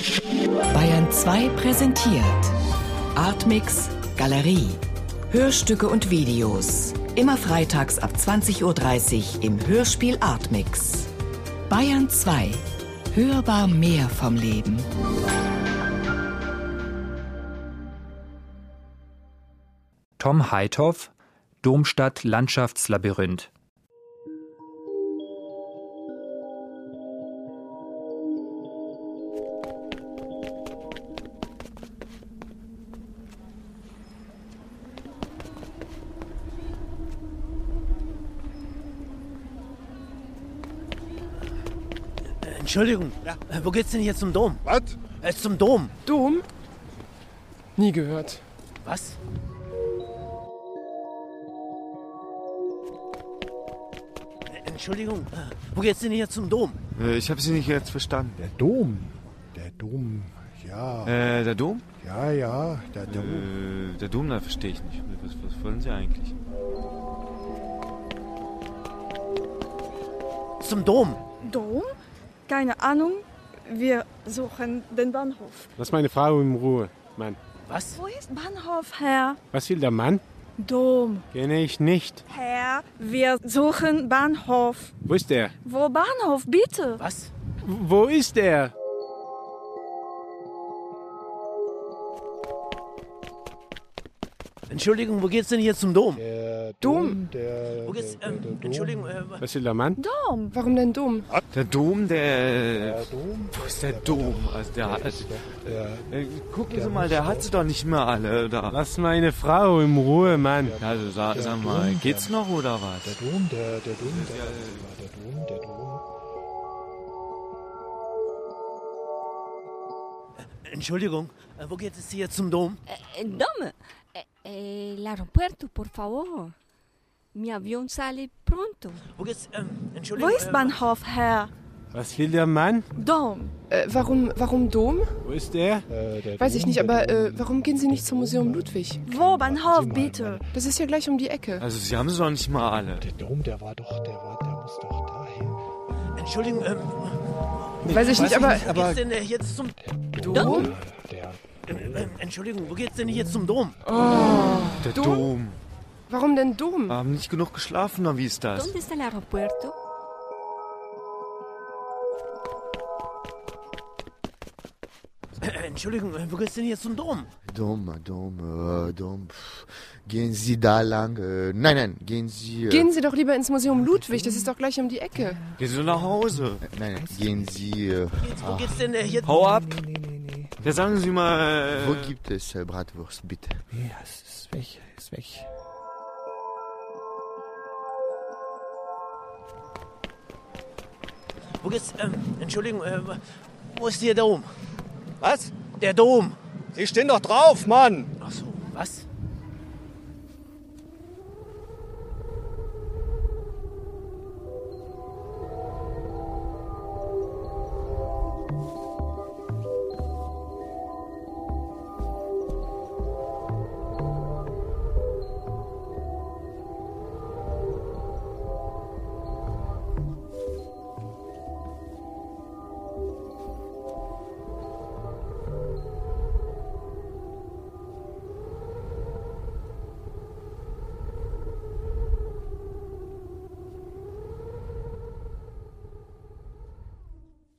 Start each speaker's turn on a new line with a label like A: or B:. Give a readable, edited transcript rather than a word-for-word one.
A: Bayern 2 präsentiert Artmix Galerie. Hörstücke und Videos. Immer freitags ab 20:30 Uhr im Hörspiel Artmix. Bayern 2. Hörbar mehr vom Leben.
B: Tom Heithoff, Domstadt Landschaftslabyrinth.
C: Entschuldigung, wo geht's denn hier zum Dom?
D: Was?
C: Zum Dom.
E: Dom? Nie gehört.
C: Was? Entschuldigung, wo geht's denn hier zum Dom?
D: Ich habe Sie nicht jetzt verstanden.
F: Der Dom, ja.
D: Der Dom?
F: Ja, der Dom.
D: Der Dom, da verstehe ich nicht. Was wollen Sie eigentlich?
C: Zum Dom.
G: Dom? Keine Ahnung. Wir suchen den Bahnhof.
H: Lass meine Frau in Ruhe, Mann.
C: Was?
G: Wo ist Bahnhof, Herr?
H: Was will der Mann?
G: Dom.
H: Kenne ich nicht.
G: Herr, wir suchen Bahnhof.
H: Wo ist der?
G: Wo Bahnhof, bitte?
C: Was?
H: Wo ist der?
C: Entschuldigung, wo geht's denn hier zum Dom?
F: Der
E: Dom?
C: Wo geht's, Entschuldigung,
H: Was will der Mann?
G: Dom.
E: Warum denn Dom?
D: Der Dom,
F: Der Dom?
D: Wo ist der Dom? Gucken Sie mal, der hat sie doch nicht mehr alle da.
H: Lass meine Frau in Ruhe, Mann.
D: Ja, also sag mal, geht's noch oder was?
F: Der Dom, der Dom.
C: Entschuldigung, wo geht es hier zum Dom?
I: Dom, l'aeropuerto, por favor. Mi avión sale pronto.
C: Wo geht's,
G: Wo
C: Entschuldigung.
G: ist Bahnhof, Herr?
H: Was will der Mann?
G: Dom.
E: Warum Dom?
H: Wo ist der?
E: Weiß ich nicht, aber warum gehen Sie nicht zum Museum Ludwig?
G: Wo Bahnhof, bitte?
E: Das ist ja gleich um die Ecke.
D: Also Sie haben sie doch nicht mal alle.
F: Der Dom, der muss doch dahin.
C: Entschuldigung,
E: Weiß ich nicht, aber...
C: wo geht's denn jetzt zum
E: Dom?
C: Entschuldigung, wo geht's denn hier zum Dom?
D: Der
E: Dom?
D: Dom.
E: Warum denn Dom?
D: Haben nicht genug geschlafen, oder wie ist das?
I: ¿Dónde está el aeropuerto?
C: Entschuldigung, wo geht's denn hier zum Dom?
J: Dom. Gehen Sie da lang? Nein, gehen Sie...
E: Gehen Sie doch lieber ins Museum Ludwig, das ist doch gleich um die Ecke.
D: Gehen Sie doch nach Hause.
J: Nein, gehen Sie...
C: Wo geht's denn hier?
D: Hau ab. Ja, sagen Sie mal...
J: Wo gibt es Bratwurst, bitte?
F: Ja, es ist weg.
C: Wo geht's, Entschuldigung, wo ist hier der Dom?
K: Was?
C: Der Dom.
K: Sie stehen doch drauf, Mann!
C: Ach so, was?